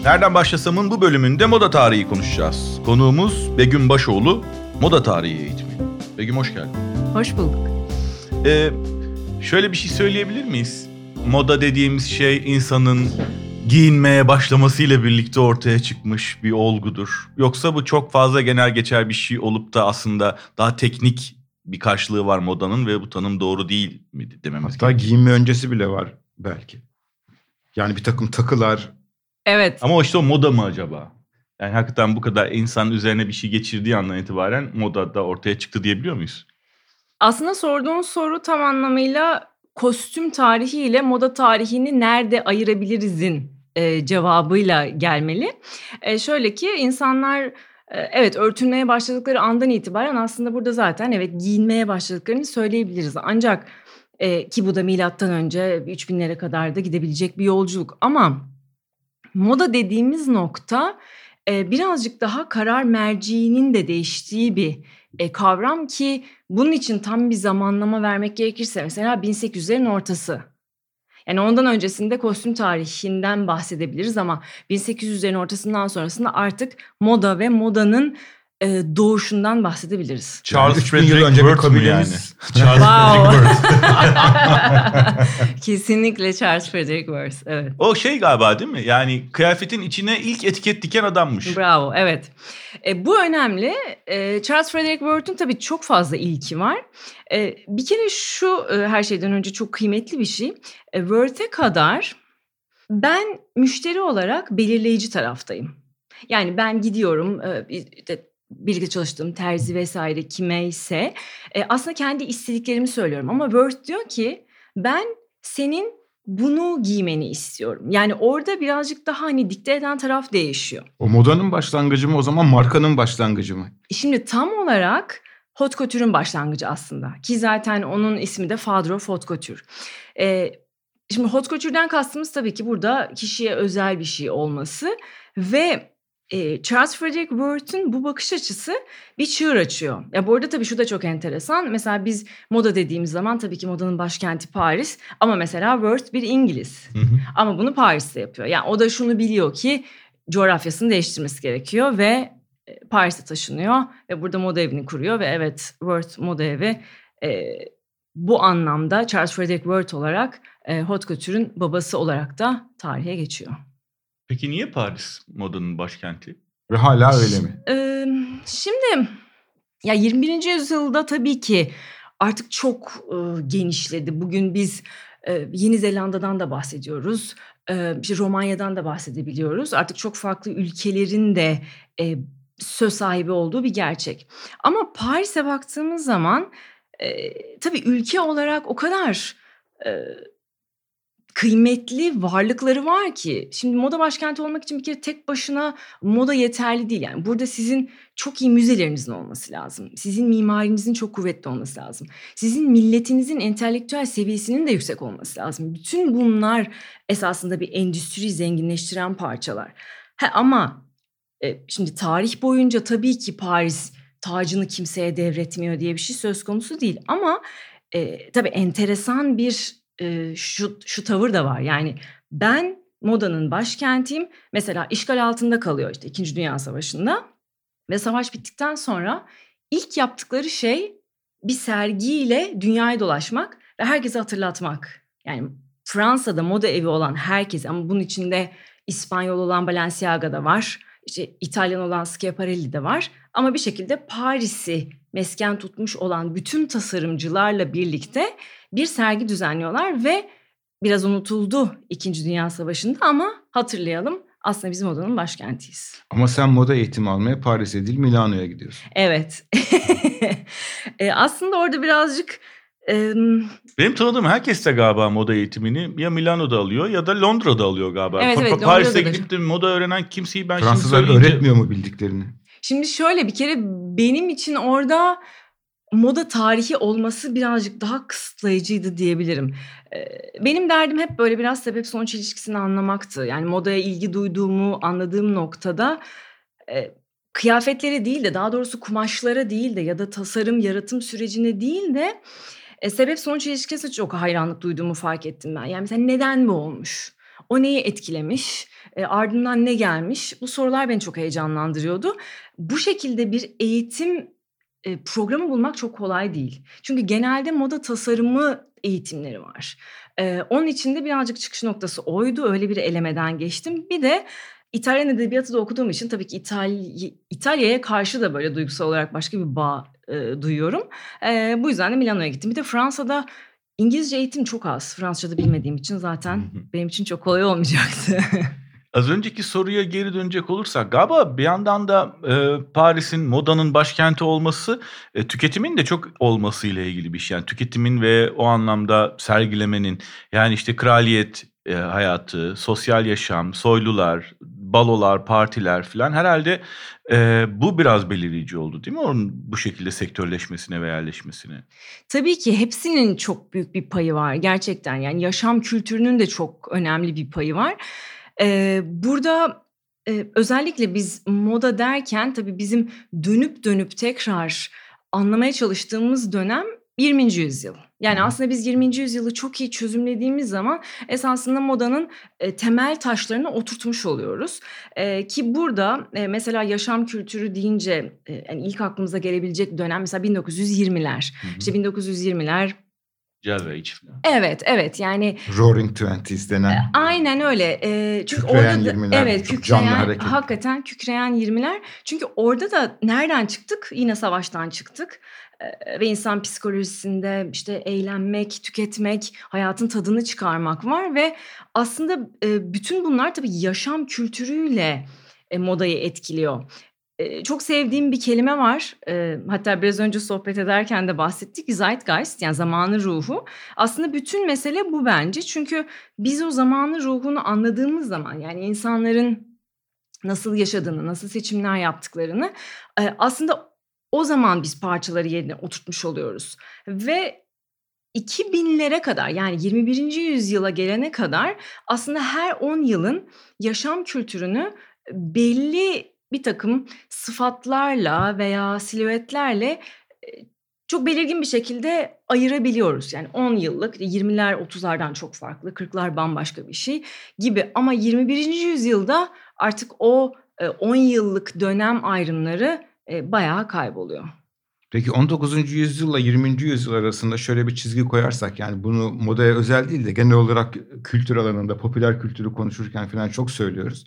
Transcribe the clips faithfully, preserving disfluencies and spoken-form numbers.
Nereden Başlasam'ın bu bölümünde moda tarihi konuşacağız. Konuğumuz Begüm Başoğlu, moda tarihi eğitimi. Begüm hoş geldin. Hoş bulduk. Ee, şöyle bir şey söyleyebilir miyiz? Moda dediğimiz şey insanın giyinmeye başlamasıyla birlikte ortaya çıkmış bir olgudur. Yoksa bu çok fazla genel geçer bir şey olup da aslında daha teknik bir karşılığı var modanın ve bu tanım doğru değil mi dememiz Hatta gerekiyor. giyinme öncesi bile var belki. Yani bir takım takılar. Evet. Ama o işte o moda mı acaba? Yani hakikaten bu kadar insanın üzerine bir şey geçirdiği andan itibaren moda da ortaya çıktı diyebiliyor muyuz? Aslında sorduğun soru tam anlamıyla kostüm tarihi ile moda tarihini nerede ayırabilirizin e, cevabıyla gelmeli. E, şöyle ki insanlar e, evet örtünmeye başladıkları andan itibaren aslında burada zaten evet giyinmeye başladıklarını söyleyebiliriz. Ancak e, ki bu da milattan önce üç binlere kadar da gidebilecek bir yolculuk. Ama moda dediğimiz nokta e, birazcık daha karar merciğinin de değiştiği bir e, kavram ki bunun için tam bir zamanlama vermek gerekirse mesela bin sekiz yüzlerin ortası. Yani ondan öncesinde kostüm tarihinden bahsedebiliriz ama bin sekiz yüzlerin ortasından sonrasında artık moda ve modanın e, doğuşundan bahsedebiliriz. Charles üç bin yıl Frederick önce bir Worth mu yani? kabilemiz. Charles Wow. Frederick Worth. Kesinlikle Charles Frederick Worth, evet. O şey galiba değil mi? Yani kıyafetin içine ilk etiket diken adammış. Bravo, evet. E, bu önemli. E, Charles Frederick Worth'un tabii çok fazla ilki var. E, bir kere şu e, her şeyden önce çok kıymetli bir şey. E, Worth'e kadar ben müşteri olarak belirleyici taraftayım. Yani ben gidiyorum, e, işte birlikte çalıştığım terzi vesaire kimeyse e, aslında kendi istediklerimi söylüyorum. Ama Worth diyor ki ben senin bunu giymeni istiyorum. Yani orada birazcık daha hani dikte eden taraf değişiyor. O modanın başlangıcı mı o zaman markanın başlangıcı mı? Şimdi tam olarak haute couture'un başlangıcı aslında. Ki zaten onun ismi de Father of Haute Couture. Ee, şimdi haute couture'den kastımız tabii ki burada kişiye özel bir şey olması. Ve e, Charles Frederick Worth'un bu bakış açısı bir çığır açıyor. Ya bu arada tabii şu da çok enteresan. Mesela biz moda dediğimiz zaman tabii ki modanın başkenti Paris. Ama mesela Worth bir İngiliz. Hı hı. Ama bunu Paris'te yapıyor. Yani o da şunu biliyor ki coğrafyasını değiştirmesi gerekiyor ve Paris'e taşınıyor ve burada moda evini kuruyor ve evet Worth moda evi e, bu anlamda Charles Frederick Worth olarak e, haute couture'un babası olarak da tarihe geçiyor. Peki niye Paris modanın başkenti? Ve hala öyle mi? Ee, şimdi ya yirmi birinci yüzyılda tabii ki artık çok e, genişledi. Bugün biz e, Yeni Zelanda'dan da bahsediyoruz. E, işte Romanya'dan da bahsedebiliyoruz. Artık çok farklı ülkelerin de e, söz sahibi olduğu bir gerçek. Ama Paris'e baktığımız zaman e, tabii ülke olarak o kadar e, kıymetli varlıkları var ki. Şimdi moda başkenti olmak için bir kere tek başına moda yeterli değil. Yani burada sizin çok iyi müzelerinizin olması lazım. Sizin mimarinizin çok kuvvetli olması lazım. Sizin milletinizin entelektüel seviyesinin de yüksek olması lazım. Bütün bunlar esasında bir endüstriyi zenginleştiren parçalar. Ha, ama e, şimdi tarih boyunca tabii ki Paris tacını kimseye devretmiyor diye bir şey söz konusu değil. Ama e, tabii enteresan bir e, şu, şu tavır da var. Yani ben modanın başkentiyim. Mesela işgal altında kalıyor işte İkinci Dünya Savaşı'nda. Ve savaş bittikten sonra ilk yaptıkları şey bir sergiyle dünyayı dolaşmak ve herkese hatırlatmak. Yani Fransa'da moda evi olan herkes, ama bunun içinde İspanyol olan Balenciaga da var. İşte İtalyan olan Schiaparelli de var. Ama bir şekilde Paris'i mesken tutmuş olan bütün tasarımcılarla birlikte bir sergi düzenliyorlar ve biraz unutuldu İkinci Dünya Savaşı'nda ama hatırlayalım, aslında bizim modanın başkentiyiz. Ama sen moda eğitimi almaya Paris'e değil Milano'ya gidiyorsun. Evet. e, aslında orada birazcık... E, Benim tanıdığım herkes de galiba moda eğitimini ya Milano'da alıyor ya da Londra'da alıyor galiba. Evet, Pa- evet, Paris'e Londra'da da. gidip de moda öğrenen kimseyi ben Fransızlar şimdi söyleyince... öğretmiyor mu bildiklerini? Şimdi şöyle, bir kere benim için orada moda tarihi olması birazcık daha kısıtlayıcıydı diyebilirim. Benim derdim hep böyle biraz sebep sonuç ilişkisini anlamaktı. Yani modaya ilgi duyduğumu anladığım noktada e, kıyafetlere değil de, daha doğrusu kumaşlara değil de ya da tasarım yaratım sürecine değil de e, sebep sonuç ilişkisine çok hayranlık duyduğumu fark ettim ben. Yani mesela neden bu olmuş? O neyi etkilemiş? E, ardından ne gelmiş? Bu sorular beni çok heyecanlandırıyordu. Bu şekilde bir eğitim e, programı bulmak çok kolay değil. Çünkü genelde moda tasarımı eğitimleri var. E, onun için de birazcık çıkış noktası oydu. Öyle bir elemeden geçtim. Bir de İtalyan edebiyatı da okuduğum için tabii ki İtalya, İtalya'ya karşı da böyle duygusal olarak başka bir bağ e, duyuyorum. E, bu yüzden de Milano'ya gittim. Bir de Fransa'da İngilizce eğitim çok az. Fransızca da bilmediğim için zaten benim için çok kolay olmayacaktı. Az önceki soruya geri dönecek olursak galiba bir yandan da e, Paris'in modanın başkenti olması e, tüketimin de çok olmasıyla ilgili bir şey. Yani tüketimin ve o anlamda sergilemenin, yani işte kraliyet e, hayatı, sosyal yaşam, soylular, balolar, partiler falan herhalde e, bu biraz belirleyici oldu değil mi? Onun bu şekilde sektörleşmesine ve yerleşmesine. Tabii ki hepsinin çok büyük bir payı var gerçekten. Yani yaşam kültürünün de çok önemli bir payı var. Ee, burada e, özellikle biz moda derken tabii bizim dönüp dönüp tekrar anlamaya çalıştığımız dönem yirminci yüzyıl. Yani Hı hı. aslında biz yirminci yüzyılı çok iyi çözümlediğimiz zaman esasında modanın e, temel taşlarını oturtmuş oluyoruz. E, ki burada e, mesela yaşam kültürü deyince e, yani ilk aklımıza gelebilecek dönem mesela bin dokuz yüz yirmiler. Hı hı. İşte bin dokuz yüz yirmiler. Jazz Age falan. Evet, evet yani Roaring Twenties denen. aynen öyle. Ee, çünkü Kükreyen orada da yirmiler, evet çok canlı kükreyen hareket. hakikaten kükreyen yirmiler. Çünkü orada da nereden çıktık? Yine savaştan çıktık. Ee, ve insan psikolojisinde işte eğlenmek, tüketmek, hayatın tadını çıkarmak var ve aslında e, bütün bunlar tabii yaşam kültürüyle e, modayı etkiliyor. Eee, çok sevdiğim bir kelime var. Eee, hatta biraz önce sohbet ederken de bahsettik. Zeitgeist, yani zamanın ruhu. Aslında bütün mesele bu bence. Çünkü biz o zamanın ruhunu anladığımız zaman, yani insanların nasıl yaşadığını, nasıl seçimler yaptıklarını eee, aslında o zaman biz parçaları yerine oturtmuş oluyoruz. Ve iki binlere kadar, yani yirmi birinci yüzyıla gelene kadar aslında her on yılın yaşam kültürünü belli bir takım sıfatlarla veya silüetlerle e, çok belirgin bir şekilde ayırabiliyoruz. Yani on yıllık, yirmiler otuzlardan çok farklı, kırklar bambaşka bir şey gibi. Ama yirmi birinci yüzyılda artık o e, on yıllık dönem ayrımları e, bayağı kayboluyor. Peki on dokuzuncu yüzyılla yirminci yüzyıl arasında şöyle bir çizgi koyarsak, yani bunu modaya özel değil de genel olarak kültür alanında popüler kültürü konuşurken falan çok söylüyoruz.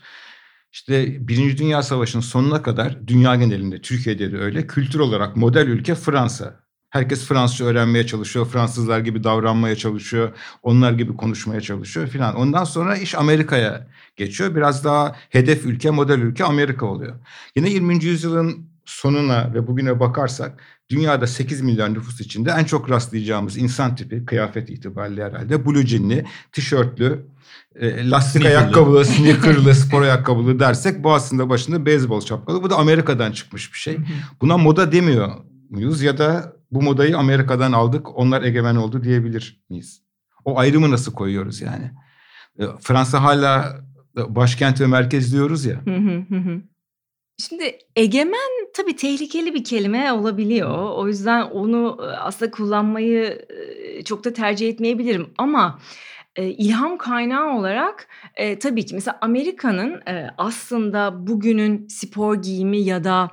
İşte Birinci Dünya Savaşı'nın sonuna kadar dünya genelinde, Türkiye'de de öyle, kültür olarak model ülke Fransa. Herkes Fransızca öğrenmeye çalışıyor, Fransızlar gibi davranmaya çalışıyor, onlar gibi konuşmaya çalışıyor filan. Ondan sonra iş Amerika'ya geçiyor. Biraz daha hedef ülke, model ülke Amerika oluyor. Yine yirminci yüzyılın sonuna ve bugüne bakarsak dünyada sekiz milyar nüfus içinde en çok rastlayacağımız insan tipi, kıyafet itibariyle herhalde blue jeanli, tişörtlü, e, lastik Sneakerlı. ayakkabılı, sneakerlı, spor ayakkabılı dersek bu aslında başında beyzbol şapkalı. Bu da Amerika'dan çıkmış bir şey. Buna moda demiyor muyuz ya da bu modayı Amerika'dan aldık, onlar egemen oldu diyebilir miyiz? O ayrımı nasıl koyuyoruz yani? E, Fransa hala başkent ve merkez diyoruz ya. Hı hı, hı hı. Şimdi egemen tabii tehlikeli bir kelime olabiliyor. O yüzden onu e, aslında kullanmayı e, çok da tercih etmeyebilirim. Ama e, ilham kaynağı olarak e, tabii ki mesela Amerika'nın e, aslında bugünün spor giyimi ya da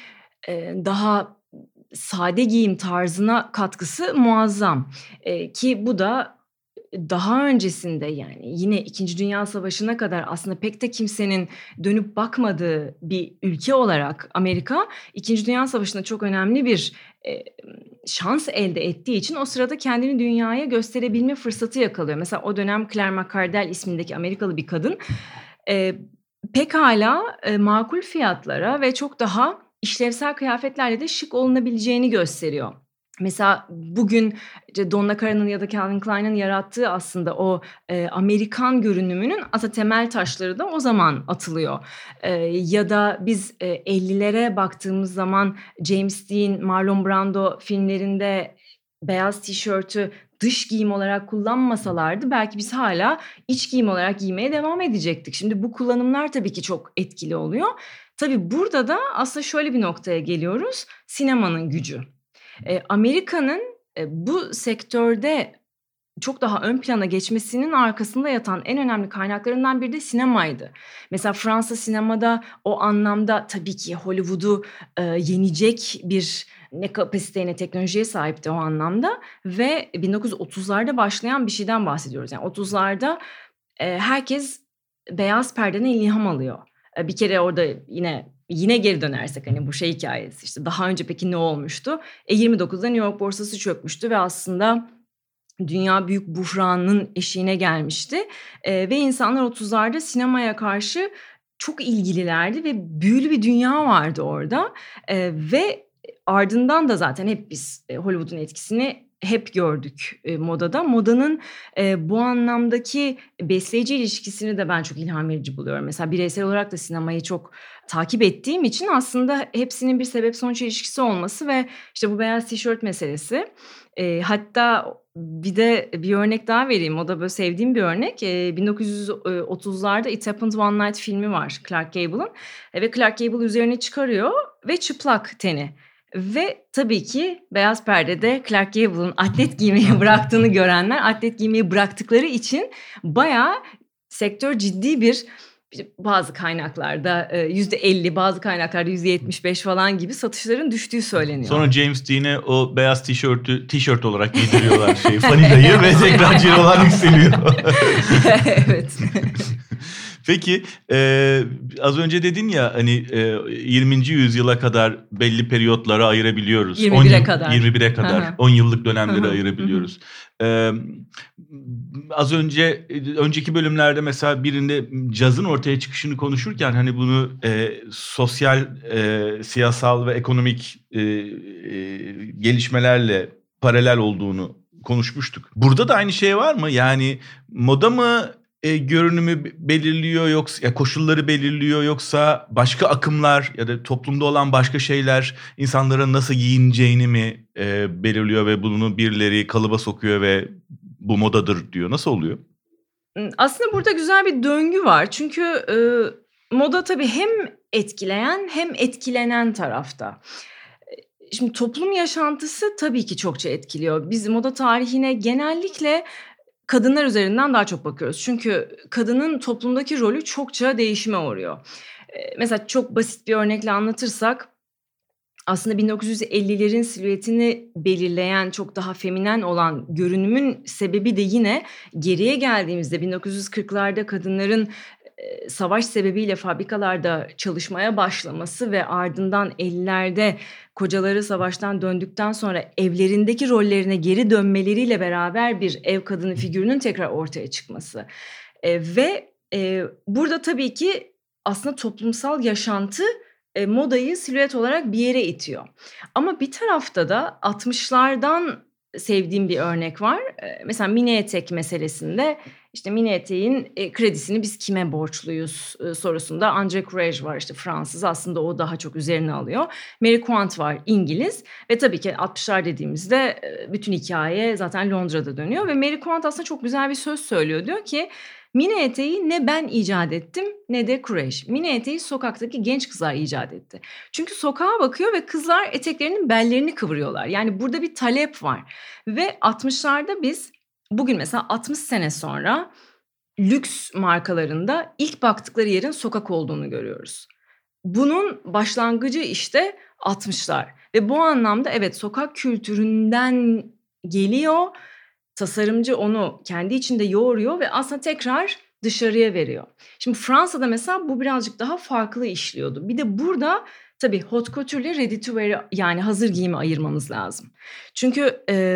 e, daha sade giyim tarzına katkısı muazzam. E, ki bu da daha öncesinde, yani yine İkinci Dünya Savaşı'na kadar aslında pek de kimsenin dönüp bakmadığı bir ülke olarak Amerika, İkinci Dünya Savaşı'nda çok önemli bir e, şans elde ettiği için o sırada kendini dünyaya gösterebilme fırsatı yakalıyor. Mesela o dönem Claire McCardell ismindeki Amerikalı bir kadın e, pekala e, makul fiyatlara ve çok daha işlevsel kıyafetlerle de şık olunabileceğini gösteriyor. Mesela bugün işte Donna Karan'ın ya da Calvin Klein'in yarattığı aslında o e, Amerikan görünümünün aslında temel taşları da o zaman atılıyor. E, ya da biz e, ellilere baktığımız zaman James Dean, Marlon Brando filmlerinde beyaz tişörtü dış giyim olarak kullanmasalardı belki biz hala iç giyim olarak giymeye devam edecektik. Şimdi bu kullanımlar tabii ki çok etkili oluyor. Tabii burada da aslında şöyle bir noktaya geliyoruz. Sinemanın gücü. E, Amerika'nın e, bu sektörde çok daha ön plana geçmesinin arkasında yatan en önemli kaynaklarından biri de sinemaydı. Mesela Fransa sinemada o anlamda tabii ki Hollywood'u e, yenecek bir ne kapasiteye ne teknolojiye sahipti o anlamda ve bin dokuz yüz otuzlarda başlayan bir şeyden bahsediyoruz. Yani otuzlarda e, herkes beyaz perdeden ilham alıyor. E, bir kere orada yine yine geri dönersek hani bu şey hikayesi işte daha önce peki ne olmuştu? E, yirmi dokuzda New York borsası çökmüştü ve aslında dünya büyük buhranın eşiğine gelmişti. Eee, ve insanlar otuzlarda sinemaya karşı çok ilgililerdi ve büyülü bir dünya vardı orada. Eee, ve ardından da zaten hep biz e, Hollywood'un etkisini hep gördük e, modada. Modanın e, bu anlamdaki besleyici ilişkisini de ben çok ilham verici buluyorum. Mesela bireysel olarak da sinemayı çok takip ettiğim için aslında hepsinin bir sebep sonuç ilişkisi olması ve işte bu beyaz tişört meselesi. E, hatta bir de bir örnek daha vereyim. O da böyle sevdiğim bir örnek. E, bin dokuz yüz otuzlarda It Happened One Night filmi var Clark Gable'ın. E, ve Clark Gable üzerine çıkarıyor ve çıplak teni. Ve tabii ki beyaz perdede Clark Gable'ın atlet giymeyi bıraktığını görenler atlet giymeyi bıraktıkları için bayağı sektör ciddi bir bazı kaynaklarda yüzde elli bazı kaynaklarda yüzde yetmiş beş falan gibi satışların düştüğü söyleniyor. Sonra James Dean'e o beyaz tişörtü tişört olarak giydiriyorlar şey fanilayı ve tekrar cirolar yükseliyor. Evet. Peki e, az önce dedin ya hani e, yirminci yüzyıla kadar belli periyotlara ayırabiliyoruz. yirmi bire kadar. yirmi bire kadar on yıllık dönemleri ayırabiliyoruz. E, az önce önceki bölümlerde mesela birinde cazın ortaya çıkışını konuşurken hani bunu e, sosyal, e, siyasal ve ekonomik e, e, gelişmelerle paralel olduğunu konuşmuştuk. Burada da aynı şey var mı? Yani moda mı E, görünümü belirliyor yoksa ya koşulları belirliyor yoksa başka akımlar ya da toplumda olan başka şeyler insanların nasıl giyineceğini mi e, belirliyor ve bunu birileri kalıba sokuyor ve bu modadır diyor. Nasıl oluyor? Aslında burada güzel bir döngü var. Çünkü e, moda tabii hem etkileyen hem etkilenen tarafta. Şimdi toplum yaşantısı tabii ki çokça etkiliyor. Biz moda tarihine genellikle kadınlar üzerinden daha çok bakıyoruz. Çünkü kadının toplumdaki rolü çokça değişime uğruyor. Ee, mesela çok basit bir örnekle anlatırsak aslında bin dokuz yüz ellilerin silüetini belirleyen çok daha feminen olan görünümün sebebi de yine geriye geldiğimizde bin dokuz yüz kırklarda kadınların e, savaş sebebiyle fabrikalarda çalışmaya başlaması ve ardından ellilerde kocaları savaştan döndükten sonra evlerindeki rollerine geri dönmeleriyle beraber bir ev kadını figürünün tekrar ortaya çıkması. E, ve e, burada tabii ki aslında toplumsal yaşantı e, modayı silüet olarak bir yere itiyor. Ama bir tarafta da altmışlardan sevdiğim bir örnek var. E, mesela mini etek meselesinde işte mini eteğin e, kredisini biz kime borçluyuz e, sorusunda André Courrèges var işte Fransız, aslında o daha çok üzerine alıyor. Mary Quant var İngiliz ve tabii ki altmışlar dediğimizde e, bütün hikaye zaten Londra'da dönüyor ve Mary Quant aslında çok güzel bir söz söylüyor. Diyor ki mini eteği ne ben icat ettim ne de Courrèges. Mini eteği sokaktaki genç kızlar icat etti. Çünkü sokağa bakıyor ve kızlar eteklerinin bellerini kıvırıyorlar. Yani burada bir talep var. Ve altmışlarda biz bugün mesela altmış sene sonra lüks markalarında ilk baktıkları yerin sokak olduğunu görüyoruz. Bunun başlangıcı işte altmışlar. Ve bu anlamda evet sokak kültüründen geliyor. Tasarımcı onu kendi içinde yoğuruyor ve aslında tekrar dışarıya veriyor. Şimdi Fransa'da mesela bu birazcık daha farklı işliyordu. Bir de burada tabii haute couture ile ready to wear yani hazır giyimi ayırmamız lazım. Çünkü e,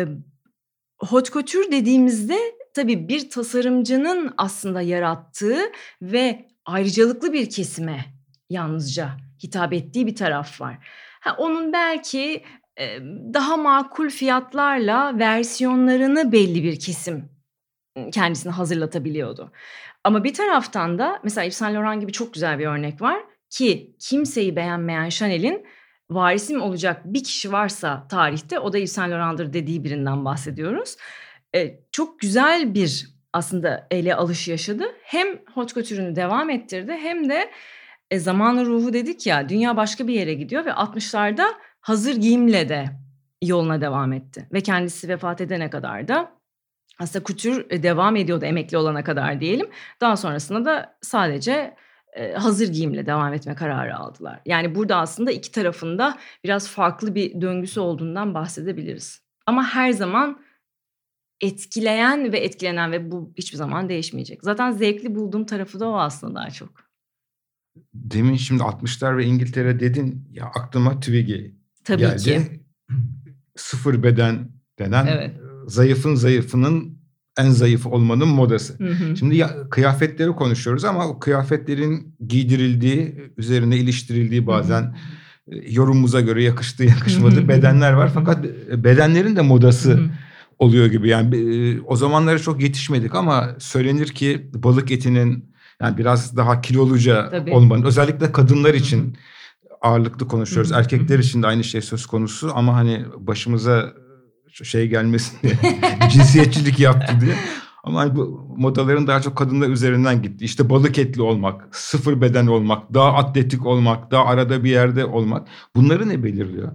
haute couture dediğimizde tabii bir tasarımcının aslında yarattığı ve ayrıcalıklı bir kesime yalnızca hitap ettiği bir taraf var. Ha, onun belki daha makul fiyatlarla versiyonlarını belli bir kesim kendisine hazırlatabiliyordu. Ama bir taraftan da mesela Yves Saint Laurent gibi çok güzel bir örnek var ki kimseyi beğenmeyen Chanel'in varisim olacak bir kişi varsa tarihte o da Yves Saint Laurent'dır dediği birinden bahsediyoruz. Ee, çok güzel bir aslında ele alış yaşadı. Hem haute couture'ünü devam ettirdi hem de e, zamanın ruhu dedik ya dünya başka bir yere gidiyor ve altmışlarda hazır giyimle de yoluna devam etti. Ve kendisi vefat edene kadar da aslında kutür e, devam ediyordu emekli olana kadar diyelim. Daha sonrasında da sadece e, hazır giyimle devam etme kararı aldılar. Yani burada aslında iki tarafında biraz farklı bir döngüsü olduğundan bahsedebiliriz. Ama her zaman etkileyen ve etkilenen ve bu hiçbir zaman değişmeyecek. Zaten zevkli bulduğum tarafı da o aslında daha çok. Demin şimdi altmışlar ve İngiltere dedin ya, aklıma Twiggy Tabii geldi. ki. Sıfır beden denen Evet. zayıfın zayıfının en zayıf olmanın modası. Hı hı. Şimdi ya, kıyafetleri konuşuyoruz ama o kıyafetlerin giydirildiği, üzerine iliştirildiği bazen e, yorumumuza göre yakıştığı yakışmadığı bedenler var. Fakat e, bedenlerin de modası Hı hı. oluyor gibi. Yani e, o zamanlara çok yetişmedik ama söylenir ki balık etinin yani biraz daha kiloluca Tabii. olmanın, özellikle kadınlar Hı için hı. ağırlıklı konuşuyoruz. Hı hı. Erkekler Hı hı. için de aynı şey söz konusu ama hani başımıza şey gelmesin diye cinsiyetçilik yaptı diye. Ama hani bu modaların daha çok kadınlar üzerinden gitti. İşte balık etli olmak, sıfır beden olmak, daha atletik olmak, daha arada bir yerde olmak. Bunları ne belirliyor?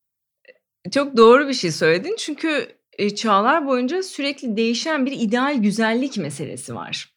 Çok doğru bir şey söyledin. Çünkü e, çağlar boyunca sürekli değişen bir ideal güzellik meselesi var.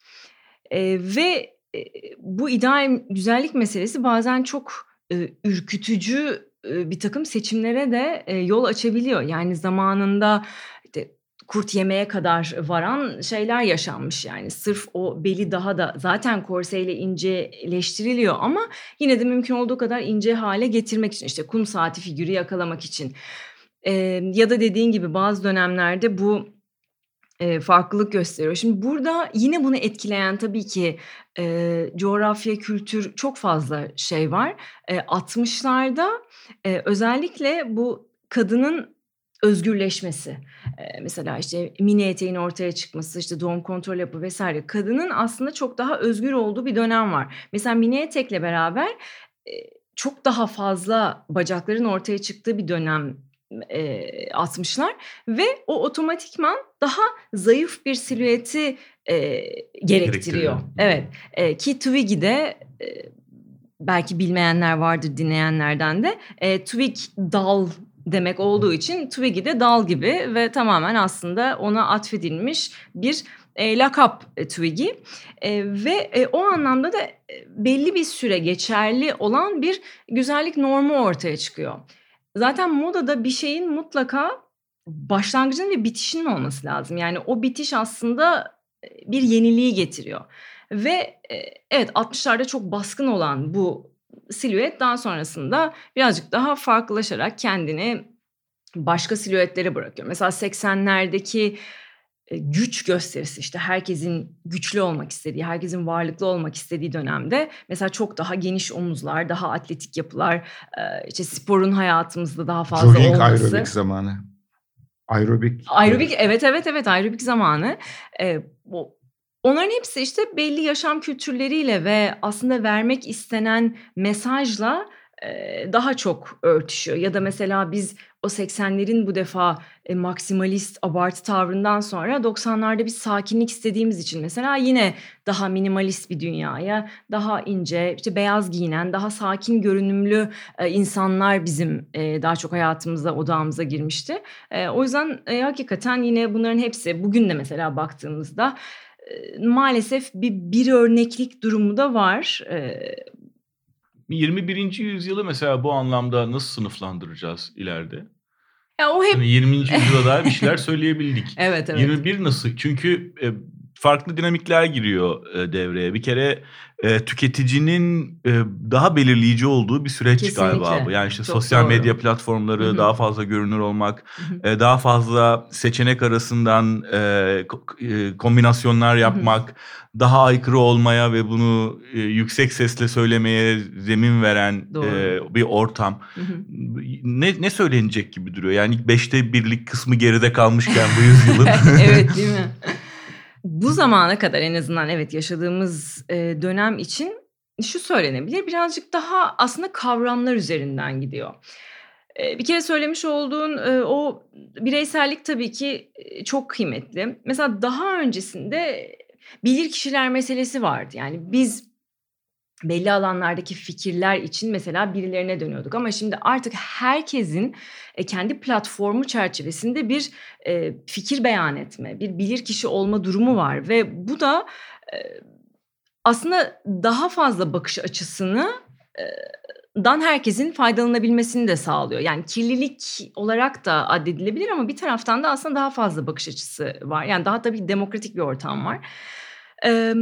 E, ve e, bu ideal güzellik meselesi bazen çok e, ürkütücü e, bir takım seçimlere de e, yol açabiliyor. Yani zamanında işte, kurt yemeye kadar varan şeyler yaşanmış yani. Sırf o beli daha da zaten korseyle inceleştiriliyor ama yine de mümkün olduğu kadar ince hale getirmek için, işte kum saati figürü yakalamak için. Eee, ya da dediğin gibi bazı dönemlerde bu eee, farklılık gösteriyor. Şimdi burada yine bunu etkileyen tabii ki eee, coğrafya, kültür, çok fazla şey var. Eee, altmışlarda eee, özellikle bu kadının özgürleşmesi, eee, mesela işte mini eteğin ortaya çıkması, işte doğum kontrol hapı vesaire, kadının aslında çok daha özgür olduğu bir dönem var. Mesela mini etekle beraber eee, çok daha fazla bacakların ortaya çıktığı bir dönem eee, altmışlar ve o otomatikman daha zayıf bir silüeti eee, gerektiriyor. Gerektiriyor. Evet, eee, ki Twiggy'de eee, belki bilmeyenler vardır dinleyenlerden de. Eee, twig dal demek olduğu için Twiggy de dal gibi ve tamamen aslında ona atfedilmiş bir eee, lakap e, Twiggy. Eee, ve e, o anlamda da e, belli bir süre geçerli olan bir güzellik normu ortaya çıkıyor. Zaten modada bir şeyin mutlaka başlangıcının ve bitişinin olması lazım. Yani o bitiş aslında e, bir yeniliği getiriyor. Ve e, evet altmışlarda çok baskın olan bu silüet daha sonrasında birazcık daha farklılaşarak kendini başka silüetlere bırakıyor. Mesela seksenlerdeki e, güç gösterisi, işte herkesin güçlü olmak istediği, herkesin varlıklı olmak istediği dönemde mesela çok daha geniş omuzlar, daha atletik yapılar, e, işte sporun hayatımızda daha fazla Jogging olması. aerobik zamanı. Aerobik. Aerobik evet evet evet aerobik zamanı. Ee, bu, onların hepsi işte belli yaşam kültürleriyle ve aslında vermek istenen mesajla e, daha çok örtüşüyor. Ya da mesela biz o seksenlerin bu defa e, maksimalist abartı tavrından sonra doksanlarda bir sakinlik istediğimiz için mesela yine daha minimalist bir dünyaya, daha ince, işte beyaz giyinen, daha sakin görünümlü e, insanlar bizim e, daha çok hayatımıza, odağımıza girmişti. E, o yüzden e, hakikaten yine bunların hepsi bugün de mesela baktığımızda e, maalesef bir bir örneklik durumu da var. E, yirmi birinci yüzyılı mesela bu anlamda nasıl sınıflandıracağız ileride? ya o hep Hani yirminci yüzyıla dair bir şeyler söyleyebildik. evet evet. yirmi bir nasıl? Çünkü e, farklı dinamikler giriyor e, devreye. Bir kere e, tüketicinin e, daha belirleyici olduğu bir süreç Kesinlikle. galiba bu. Yani işte Çok sosyal doğru. medya platformları, Hı hı. daha fazla görünür olmak, Hı hı. e, daha fazla seçenek arasından e, ko- e, kombinasyonlar yapmak, daha aykırı olmaya ve bunu e, yüksek sesle söylemeye zemin veren Doğru. e, bir ortam. Hı hı. Ne ne söylenecek gibi duruyor. Yani beşte birlik kısmı geride kalmışken bu yüzyılın. Evet değil mi? Bu zamana kadar en azından evet yaşadığımız e, dönem için şu söylenebilir. Birazcık daha aslında kavramlar üzerinden gidiyor. E, bir kere söylemiş olduğun e, o bireysellik tabii ki e, çok kıymetli. Mesela daha öncesinde bilirkişiler meselesi vardı. Yani biz belli alanlardaki fikirler için mesela birilerine dönüyorduk. Ama şimdi artık herkesin e, kendi platformu çerçevesinde bir e, fikir beyan etme, bir bilirkişi olma durumu var. Ve bu da e, aslında daha fazla bakış açısını e, dan herkesin faydalanabilmesini de sağlıyor. Yani kirlilik olarak da addedilebilir ama bir taraftan da aslında daha fazla bakış açısı var. Yani daha tabii demokratik bir ortam var. Eee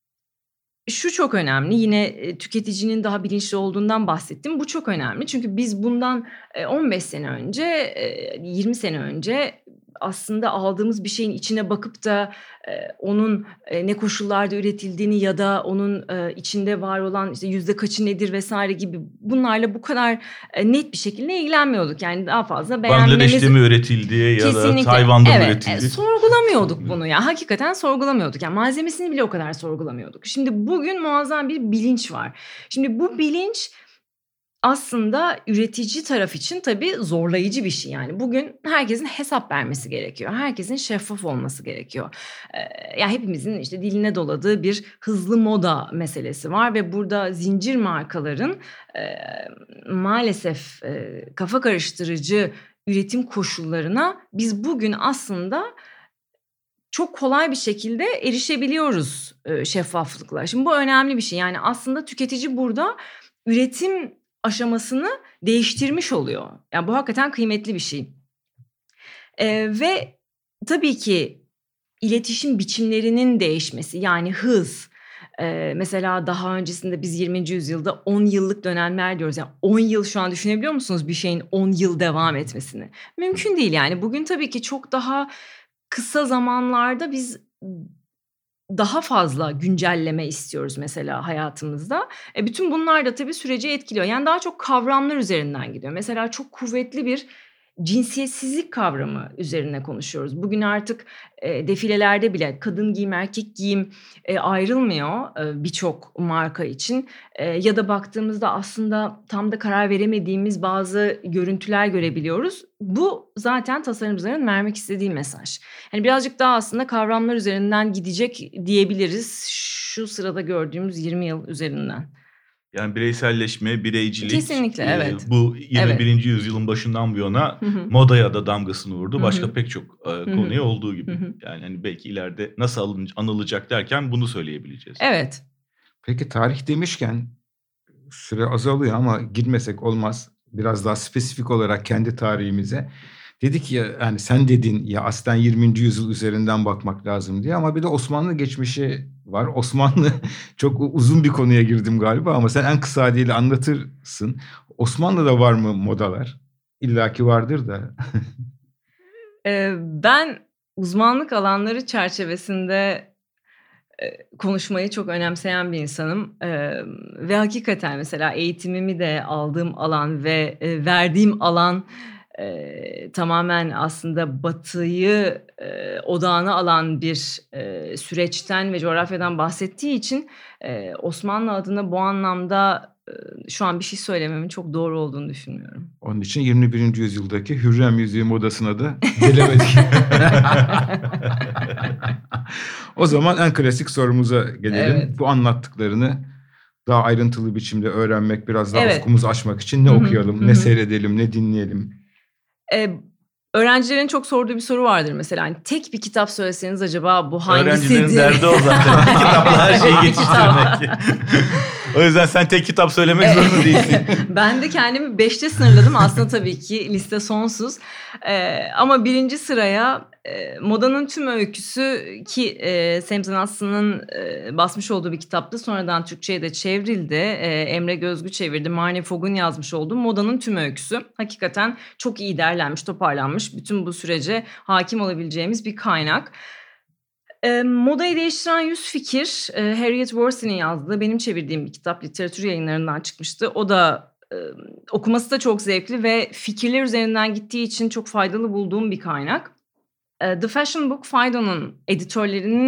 Şu çok önemli, yine, eee, tüketicinin daha bilinçli olduğundan bahsettim. Bu çok önemli çünkü biz bundan, eee, on beş sene önce, eee, yirmi sene önce aslında aldığımız bir şeyin içine bakıp da, eee, onun, eee, ne koşullarda üretildiğini ya da onun, eee, içinde var olan, işte, yüzde kaçı nedir vesaire gibi bunlarla bu kadar, eee, net bir şekilde ilgilenmiyorduk. Yani daha fazla Bangladeş'te beğenmemiz. mi üretildi ya da Kesinlikle. Tayvan'da mı Evet, eee, üretildi? sorgulamıyorduk bunu ya. Hakikaten sorgulamıyorduk. Yani malzemesini bile o kadar sorgulamıyorduk. Şimdi bugün muazzam bir bilinç var. Şimdi bu bilinç aslında üretici taraf için tabii zorlayıcı bir şey. Yani bugün herkesin hesap vermesi gerekiyor. Herkesin şeffaf olması gerekiyor. Eee, ya hepimizin işte diline doladığı bir hızlı moda meselesi var ve burada zincir markaların eee, maalesef eee, kafa karıştırıcı üretim koşullarına biz bugün aslında çok kolay bir şekilde erişebiliyoruz eee, şeffaflıkla. Şimdi bu önemli bir şey. Yani aslında tüketici burada üretim aşamasını değiştirmiş oluyor. Yani bu hakikaten kıymetli bir şey. Eee, ve tabii ki iletişim biçimlerinin değişmesi, yani hız. Eee, mesela daha öncesinde biz yirminci yüzyılda on yıllık dönemler diyoruz. Yani on yıl şu an düşünebiliyor musunuz bir şeyin on yıl devam etmesini? Mümkün değil yani. Bugün tabii ki çok daha kısa zamanlarda biz daha fazla güncelleme istiyoruz mesela hayatımızda. E, bütün bunlar da tabii süreci etkiliyor. Yani daha çok kavramlar üzerinden gidiyor. Mesela çok kuvvetli bir cinsiyetsizlik kavramı üzerine konuşuyoruz. Bugün artık e, defilelerde bile kadın giyim, erkek giyim e, ayrılmıyor e, birçok marka için. E, ya da baktığımızda aslında tam da karar veremediğimiz bazı görüntüler görebiliyoruz. Bu zaten tasarımcıların vermek istediği mesaj. Yani birazcık daha aslında kavramlar üzerinden gidecek diyebiliriz şu sırada gördüğümüz yirmi yıl üzerinden. Yani bireyselleşme, bireycilik Kesinlikle, e, evet. bu yirmi birinci Evet. yüzyılın başından bu yana Hı hı. modaya da damgasını vurdu. Hı Başka hı. pek çok e, Hı hı. konuya olduğu Hı gibi. hı. Yani hani belki ileride nasıl alın- anılacak derken bunu söyleyebileceğiz. Evet. Peki tarih demişken süre azalıyor ama girmesek olmaz. Biraz daha spesifik olarak kendi tarihimize. Dedik ya yani sen dedin ya aslen yirminci yüzyıl üzerinden bakmak lazım diye ama bir de Osmanlı geçmişi var. Osmanlı çok uzun bir konuya girdim galiba ama sen en kısa haliyle anlatırsın. Osmanlı'da var mı modalar? İlla ki vardır da. Eee, ben uzmanlık alanları çerçevesinde eee, konuşmayı çok önemseyen bir insanım. Emm, ve hakikaten mesela eğitimimi de aldığım alan ve, eee, verdiğim alan, eee, tamamen aslında Batı'yı, eee, odağına alan bir, eee, süreçten ve coğrafyadan bahsettiği için, eee, Osmanlı adına bu anlamda, ııı, şu an bir şey söylememin çok doğru olduğunu düşünmüyorum. Onun için yirmi birinci yüzyıldaki Hürrem Yüzüğü modasına da gelemedik. O zaman en klasik sorumuza gelelim. Evet. Bu anlattıklarını daha ayrıntılı biçimde öğrenmek, biraz daha Evet. ufkumuzu açmak için ne Hı hı, okuyalım, hı ne hı. seyredelim, ne dinleyelim? Eee, öğrencilerin çok sorduğu bir soru vardır mesela. Hani tek bir kitap söyleseniz acaba bu Öğrencilerin hangisidir? derdi o zaten. Kitapla her şeyi Bir kitap. geçiştirmek. O yüzden sen tek kitap söylemek zorunda değilsin. Ben de kendimi beşte sınırladım. Aslında tabii ki liste sonsuz. Eee, ama birinci sıraya eee, Modanın Tüm Öyküsü ki eee Semzen Aslı'nın eee, basmış olduğu bir kitaptı. Sonradan Türkçe'ye de çevrildi. Eee, Emre Gözgü çevirdi. Marnie Fogg'un yazmış olduğu Modanın Tüm Öyküsü. Hakikaten çok iyi derlenmiş, toparlanmış. Bütün bu sürece hakim olabileceğimiz bir kaynak. Eee, Modayı Değiştiren Yüz Fikir, eee, Harriet Worsley'nin yazdığı, benim çevirdiğim bir kitap. Literatür Yayınları'ndan çıkmıştı. O da eee, okuması da çok zevkli ve fikirler üzerinden gittiği için çok faydalı bulduğum bir kaynak. Eee, The Fashion Book, Fido'nun editörlerinin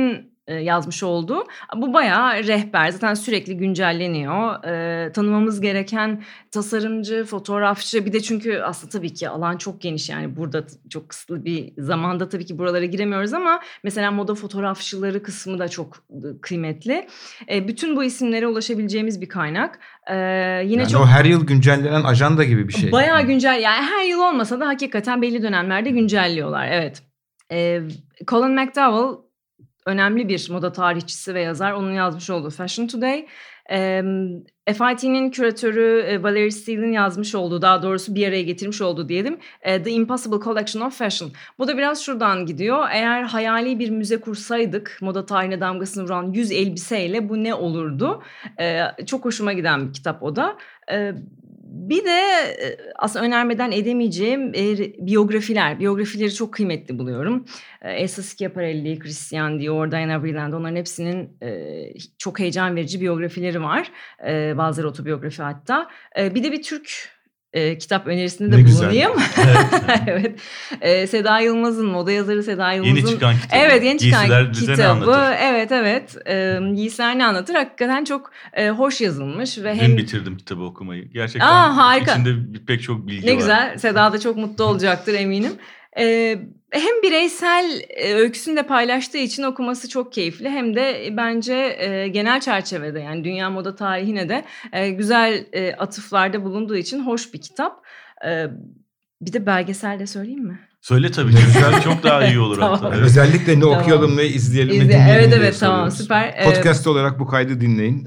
e, yazmış olduğu. Bu bayağı rehber. Zaten sürekli güncelleniyor. E, tanımamız gereken tasarımcı, fotoğrafçı, bir de çünkü aslında tabii ki alan çok geniş, yani burada çok kısıtlı bir zamanda tabii ki buralara giremiyoruz ama mesela moda fotoğrafçıları kısmı da çok kıymetli. E, bütün bu isimlere ulaşabileceğimiz bir kaynak. E, yine yani çok o her yıl güncellenen ajanda gibi bir şey. bayağı güncel, yani her yıl olmasa da hakikaten belli dönemlerde güncelliyorlar. Evet. E, Colin McDowell önemli bir moda tarihçisi ve yazar. Onun yazmış olduğu Fashion Today. E, F I T'nin küratörü e, Valerie Steele'in yazmış olduğu, daha doğrusu bir araya getirmiş olduğu diyelim, e, The Impossible Collection of Fashion. Bu da biraz şuradan gidiyor. Eğer hayali bir müze kursaydık, moda tarihine damgasını vuran yüz elbiseyle bu ne olurdu? E, çok hoşuma giden bir kitap o da. E, Bir de aslında önermeden edemeyeceğim e, biyografiler. Biyografileri çok kıymetli buluyorum. E, Elsa Schiaparelli, Christian Dior, Diana Vreeland, onların hepsinin e, çok heyecan verici biyografileri var. E, bazıları otobiyografi hatta. E, bir de bir Türk e, kitap önerisinde de Ne güzel. bulunayım. Evet. Evet. E, Seda Yılmaz'ın, moda yazarı Seda Yılmaz'ın. Yeni çıkan kitabı. Evet, yeni çıkan Giysiler bize ne kitabı. anlatır? Evet, evet. E, Giysiler ne anlatır? Hakikaten çok e, hoş yazılmış ve Dün hem bitirdim kitabı okumayı. Gerçekten Aa, harika. içinde bir- pek çok bilgi ne var. güzel. Seda da çok mutlu olacaktır eminim. Ee, hem bireysel e, öyküsünü de paylaştığı için okuması çok keyifli. Hem de e, bence e, genel çerçevede, yani dünya moda tarihine de e, güzel e, atıflarda bulunduğu için hoş bir kitap. E, bir de belgesel de söyleyeyim mi? Söyle tabii. Güzel, çok daha iyi olur Tamam. hatta. Yani Evet. özellikle ne Tamam. okuyalım ne izleyelim ne İzle- dinleyelim evet diye evet tamam soruyoruz. süper. Ee, Podcast olarak bu kaydı dinleyin.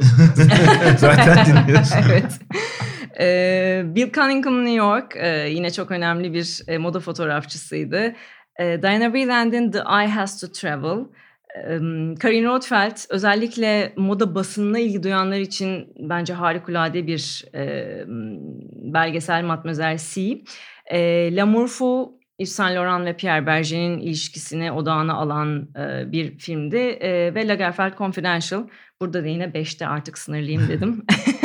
Zaten dinliyorsun. Evet. Ee, Bill Cunningham New York e, yine çok önemli bir e, moda fotoğrafçısıydı. E, Diana Vreeland'in The Eye Has to Travel. E, Karin Rothfeld özellikle moda basınına ilgi duyanlar için bence harikulade bir e, belgesel, Mademoiselle C. E, L'amour fou, Yves Saint Laurent ve Pierre Berger'in ilişkisini odağına alan e, bir filmdi. E, ve Lagerfeld Confidential. Burada da yine beşte artık sınırlayayım dedim.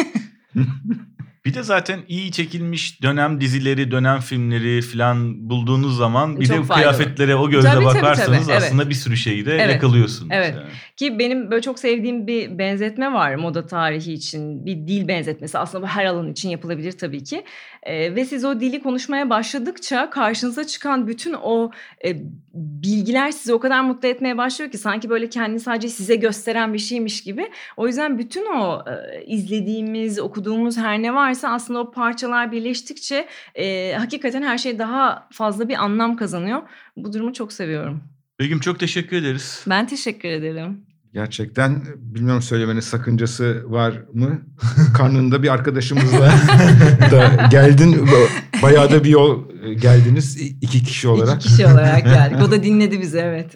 Bir de zaten iyi çekilmiş dönem dizileri, dönem filmleri falan bulduğunuz zaman bir Çok de faydalı. kıyafetlere o gözle Tabii, tabii, bakarsanız tabii, evet. aslında bir sürü şeyi de Evet, yakalıyorsunuz. evet. Yani. Ki benim böyle çok sevdiğim bir benzetme var moda tarihi için. Bir dil benzetmesi. Aslında bu her alan için yapılabilir tabii ki. Ee, ve siz o dili konuşmaya başladıkça karşınıza çıkan bütün o e, bilgiler sizi o kadar mutlu etmeye başlıyor ki sanki böyle kendini sadece size gösteren bir şeymiş gibi. O yüzden bütün o e, izlediğimiz, okuduğumuz her ne varsa aslında o parçalar birleştikçe e, hakikaten her şey daha fazla bir anlam kazanıyor. Bu durumu çok seviyorum. Begüm çok teşekkür ederiz. Ben teşekkür ederim. Gerçekten bilmiyorum, söylemenin sakıncası var mı? Karnında bir arkadaşımızla da geldin. Bayağı da bir yol geldiniz iki kişi olarak. İki kişi olarak geldik. O da dinledi bizi, evet.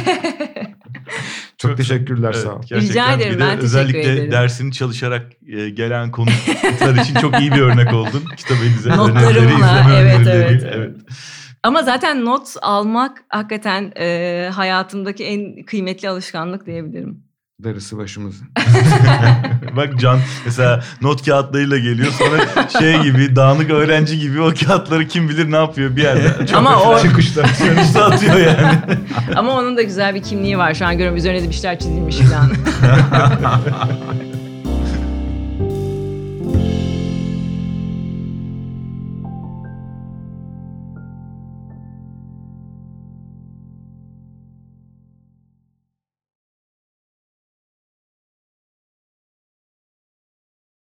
Çok teşekkürler, Evet, sağ ol. gerçekten. Rica ederim, Bir de ben teşekkür özellikle ederim. dersini çalışarak e, gelen konuklar için çok iyi bir örnek oldun. Kitap elinize Notlarımla, önerileri, izleme evet, önerileri. evet, evet. Ama zaten not almak hakikaten e, hayatımdaki en kıymetli alışkanlık diyebilirim. Darısı başımıza. Bak Can mesela not kağıtlarıyla geliyor, sonra şey gibi dağınık öğrenci gibi o kağıtları kim bilir ne yapıyor bir yerde. Çok Ama o- Çıkışta. Çıkışta atıyor yani. Ama onun da güzel bir kimliği var. Şu an görüyorum üzerine de bir şeyler çizilmiş falan.